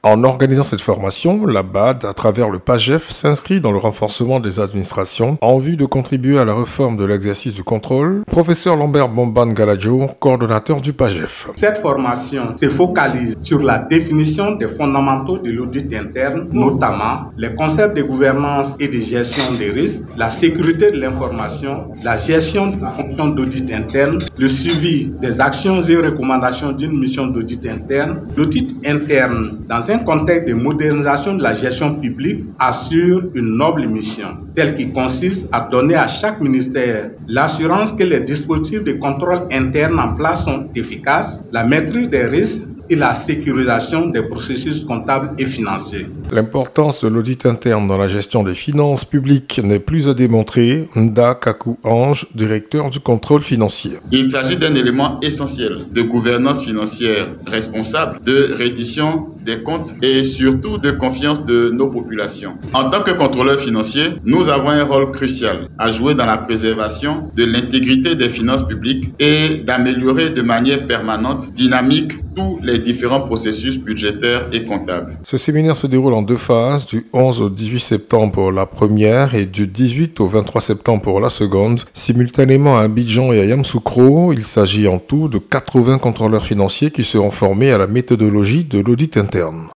En organisant cette formation, la BAD, à travers le PAGEF, s'inscrit dans le renforcement des administrations en vue de contribuer à la réforme de l'exercice du contrôle. Professeur Lambert Bomban Galadjo, coordonnateur du PAGEF. Cette formation se focalise sur la définition des fondamentaux de l'audit interne, notamment les concepts de gouvernance et de gestion des risques, la sécurité de l'information, la gestion de la fonction d'audit interne, le suivi des actions et recommandations d'une mission d'audit interne. L'audit interne, dans un contexte de modernisation de la gestion publique, assure une noble mission, telle qui consiste à donner à chaque ministère l'assurance que les dispositifs de contrôle interne en place sont efficaces, la maîtrise des risques et la sécurisation des processus comptables et financiers. L'importance de l'audit interne dans la gestion des finances publiques n'est plus à démontrer. Nda Kakou Ange, directeur du contrôle financier. Il s'agit d'un élément essentiel de gouvernance financière responsable, de reddition des comptes et surtout de confiance de nos populations. En tant que contrôleurs financiers, nous avons un rôle crucial à jouer dans la préservation de l'intégrité des finances publiques et d'améliorer de manière permanente, dynamique, tous les différents processus budgétaires et comptables. Ce séminaire se déroule en 2 phases, du 11 au 18 septembre pour la première et du 18 au 23 septembre pour la seconde, simultanément à Abidjan et à Yamoussoukro. Il s'agit en tout de 80 contrôleurs financiers qui seront formés à la méthodologie de l'audit interne.